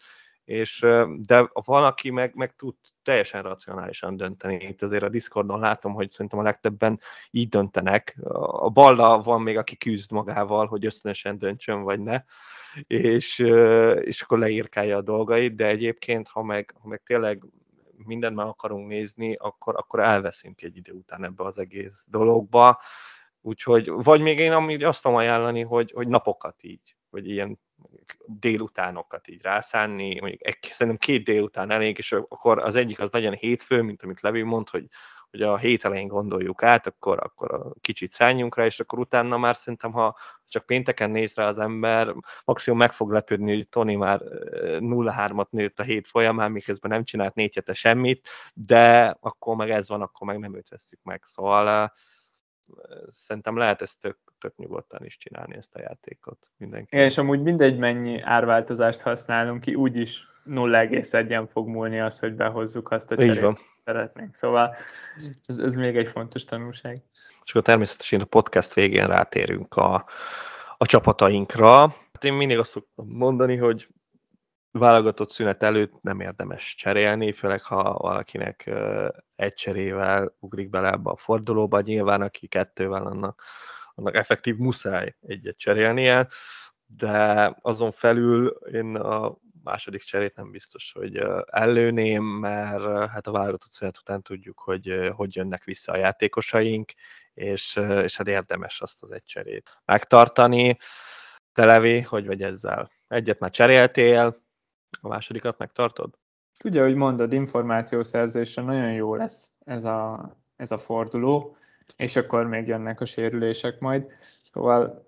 de van, aki meg tud teljesen racionálisan dönteni. Itt azért a Discordon látom, hogy szerintem a legtöbben így döntenek. A Balla van még, aki küzd magával, hogy ösztönösen döntsön, vagy ne, és akkor leírkálja a dolgait, de egyébként, ha meg tényleg mindent meg akarunk nézni, akkor elveszünk egy idő után ebbe az egész dologba. Úgyhogy, vagy még én azt tudom ajánlani, hogy napokat így, vagy ilyen délutánokat így rászánni, mondjuk szerintem 2 délután elég, és akkor az egyik az legyen hétfő, mint amit Levi mond, hogy a hét elején gondoljuk át, akkor kicsit szálljunk rá, és akkor utána már szerintem, ha csak pénteken néz rá az ember, maximum meg fog lepődni, hogy Tony már 0-3-at nőtt a hét folyamán, miközben nem csinált 4 hete semmit, de akkor meg ez van, akkor meg nem őt vesszük meg. Szóval szerintem lehet ezt tök nyugodtan is csinálni, ezt a játékot mindenki. És amúgy mindegy, mennyi árváltozást használunk ki, úgyis 0,1-en fog múlni az, hogy behozzuk azt a cserét, szeretnénk. Szóval ez még egy fontos tanulság. És akkor természetesen a podcast végén rátérünk a csapatainkra. Én mindig azt szoktam mondani, hogy válogatott szünet előtt nem érdemes cserélni, főleg ha valakinek egy cserével ugrik bele ebbe a fordulóba, nyilván aki 2-vel annak effektív muszáj egyet cserélnie, de azon felül én a második cserét nem biztos, hogy ellőném, mert hát a válogatott szünet után tudjuk, hogy jönnek vissza a játékosaink, és hát érdemes azt az egy cserét megtartani. Te, Levi, hogy vagy ezzel? Egyet már cseréltél, a másodikat megtartod? Tudja, hogy mondod, információszerzésre nagyon jó lesz ez a forduló, és akkor még jönnek a sérülések majd. Szóval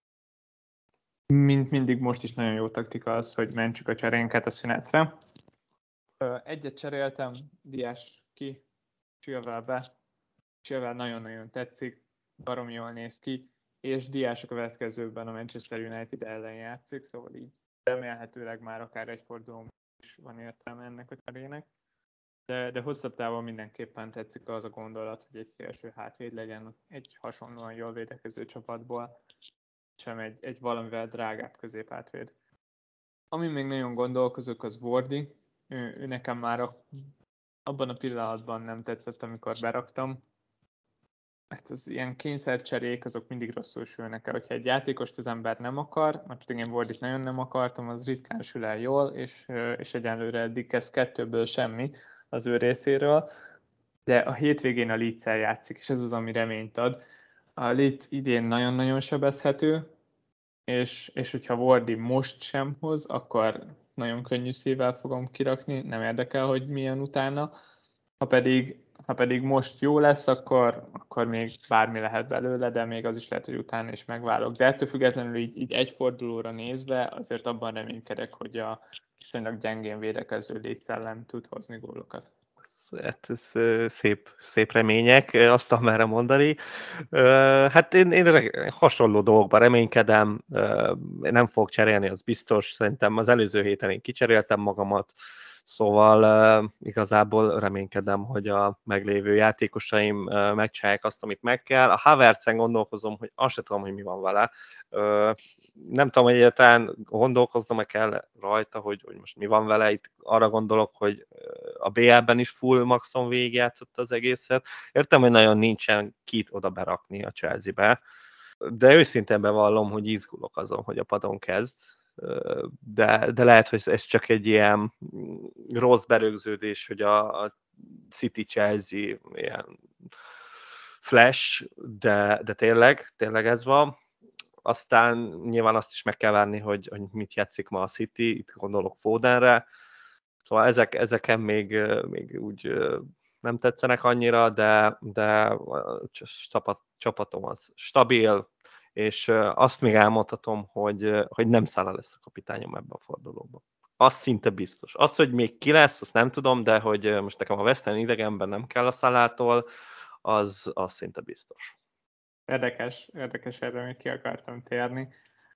mint mindig most is nagyon jó taktika az, hogy mentsük a cserénket a szünetre. Egyet cseréltem, Diás ki, Chilwell be. Chilwell nagyon-nagyon tetszik, baromi jól néz ki, és Diás a következőkben a Manchester United ellen játszik, szóval így remélhetőleg már akár egy fordulón is van értelme ennek a cserének. De hosszabb távon mindenképpen tetszik az a gondolat, hogy egy szélső hátvéd legyen egy hasonlóan jól védekező csapatból, sem egy valamivel drágább középhátvéd. Ami még nagyon gondolkozok, az Wardy. Ő nekem már abban a pillanatban nem tetszett, amikor beraktam. Mert az ilyen kényszercserék, azok mindig rosszul sülnek el. Hogyha egy játékost az ember nem akar, mert én Wardyt nagyon nem akartam, az ritkán sül el jól, és egyenlőre eddig ez 2-ből semmi az ő részéről. De a hétvégén a Leeds-el játszik, és ez az, ami reményt ad. A Leeds idén nagyon-nagyon sebezhető, és hogyha Wardy most sem hoz, akkor nagyon könnyű szívvel fogom kirakni, nem érdekel, hogy milyen utána. Ha pedig most jó lesz, akkor még bármi lehet belőle, de még az is lehet, hogy utána is megválok. De ettől függetlenül így egy fordulóra nézve azért abban reménykedek, hogy a viszonylag gyengén védekező Leeds ellen tud hozni gólokat. ez szép remények, azt amerre mondani. Hát én hasonló dolgokban reménykedem, nem fogok cserélni, az biztos. Szerintem az előző héten én kicseréltem magamat, szóval igazából reménykedem, hogy a meglévő játékosaim megcsinálják azt, amit meg kell. A Havertzen gondolkozom, hogy azt sem tudom, hogy mi van vele. Nem tudom, hogy egyáltalán gondolkoznom kell rajta, hogy most mi van vele. Itt arra gondolok, hogy a BL-ben is full maxon végigjátszott az egészet. Értem, hogy nagyon nincsen kit oda berakni a Chelsea-be, de őszintén bevallom, hogy izgulok azon, hogy a padon kezd. De lehet, hogy ez csak egy ilyen rossz berögződés, hogy a City-Chelsea ilyen flash, de tényleg ez van. Aztán nyilván azt is meg kell várni, hogy mit játszik ma a City, itt gondolok Fodenre. Szóval ezeken még úgy nem tetszenek annyira, de a csapatom az stabil, és azt még elmondhatom, hogy nem Salah lesz a kapitányom ebben a fordulóban. Az szinte biztos. Az, hogy még ki lesz, azt nem tudom, de hogy most nekem a West Ham idegenben nem kell a Salahtól, az szinte biztos. Érdekes, erre még ki akartam térni.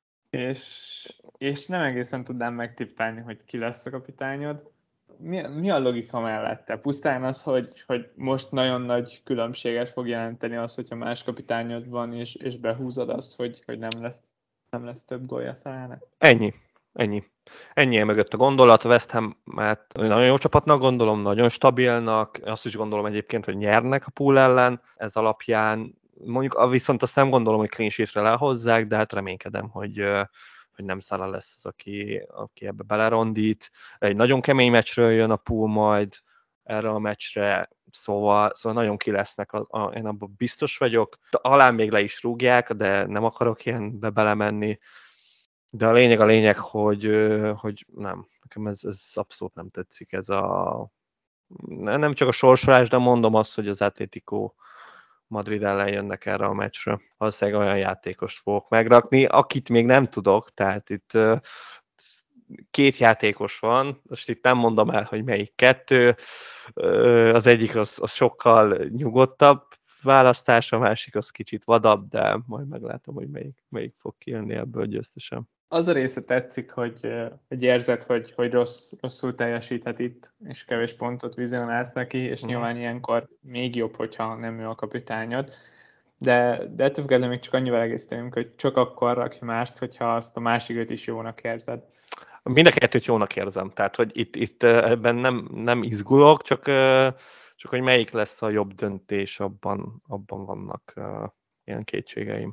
És nem egészen tudnám megtippelni, hogy ki lesz a kapitányod. Mi a logika mellette? Pusztán az, hogy most nagyon nagy különbséget fog jelenteni az, hogyha más kapitányod van, és behúzod azt, hogy nem lesz több gólja Salahnak? Ennyi mögött a gondolat. West Ham-et nagyon jó csapatnak gondolom, nagyon stabilnak. Azt is gondolom egyébként, hogy nyernek a Pool ellen. Ez alapján mondjuk viszont azt nem gondolom, hogy clean sheetre lehozzák, de hát reménykedem, hogy nem Salah lesz az, aki ebbe belerondít. Egy nagyon kemény meccsről jön a Pool majd erre a meccsre, szóval nagyon ki lesznek, én abban biztos vagyok. Alá még le is rúgják, de nem akarok ilyenbe belemenni. De a lényeg, hogy nem, nekem ez abszolút nem tetszik. Nem csak a sorsolás, de mondom azt, hogy az Atlético Madrid ellen jönnek erre a meccsre. Valószínűleg olyan játékost fogok megrakni, akit még nem tudok, tehát itt 2 játékos van, most itt nem mondom el, hogy melyik 2, az egyik az sokkal nyugodtabb választás, a másik az kicsit vadabb, de majd meglátom, hogy melyik fog kijönni ebből győztesen. Az a része tetszik, hogy érzed, hogy rosszul teljesíthet itt, és kevés pontot vizionálsz neki, és nyilván ilyenkor még jobb, hogyha nem ő a kapitányod. De ettől függetlenül még csak annyival egészítenünk, hogy csak akkor rakj mást, hogyha azt a másikat is jónak érzed. Mind a kettőt jónak érzem, tehát hogy itt ebben nem izgulok, csak hogy melyik lesz a jobb döntés, abban vannak ilyen kétségeim.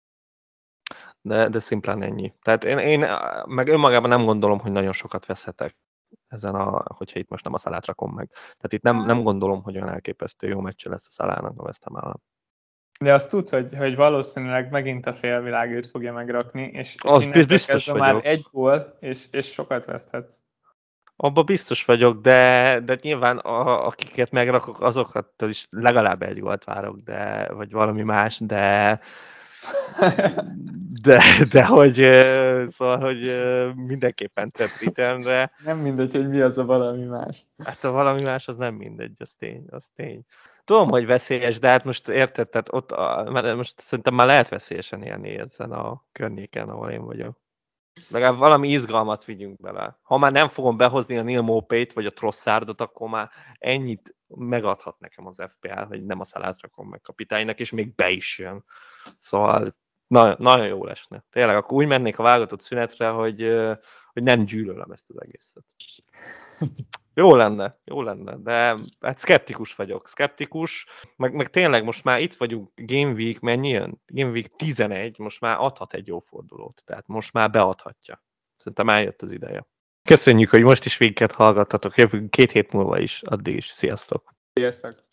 De szimplán ennyi. Tehát én meg önmagában nem gondolom, hogy nagyon sokat veszhetek ezen, hogyha itt most nem a Salah-t rakom meg. Tehát itt nem gondolom, hogy olyan elképesztő jó meccse lesz a Salah-nak a West Ham ellen. De azt tud, hogy valószínűleg megint a félvilág őt fogja megrakni, és biztos vagyok. Már egy gól, és sokat veszthetsz. Abba biztos vagyok, de nyilván akiket megrakok, azokat is legalább egy gólt várok, vagy valami más, de hogy szóval, hogy mindenképpen több returnre. Nem mindegy, hogy mi az a valami más. Hát a valami más az nem mindegy, az tény. Tudom, hogy veszélyes, de hát most érted, tehát ott most szerintem már lehet veszélyesen élni ezen a környéken, ahol én vagyok. Legalább valami izgalmat vigyünk bele. Ha már nem fogom behozni a Neil Maupayt vagy a Trossardot, akkor már ennyit megadhat nekem az FPL, hogy nem a Salahot rakom meg kapitánynak, és még be is jön. Szóval nagyon jó lesne. Tényleg, akkor úgy mennék a válogatott szünetre, hogy nem gyűlölöm ezt az egészet. Jó lenne, de hát szkeptikus vagyok. Meg tényleg most már itt vagyunk, Game Week, mennyi jön? Game Week 11, most már adhat egy jó fordulót, tehát most már beadhatja. Szerintem eljött az ideje. Köszönjük, hogy most is minket hallgattatok, jövünk 2 hét múlva is, addig is, sziasztok! Sziasztok!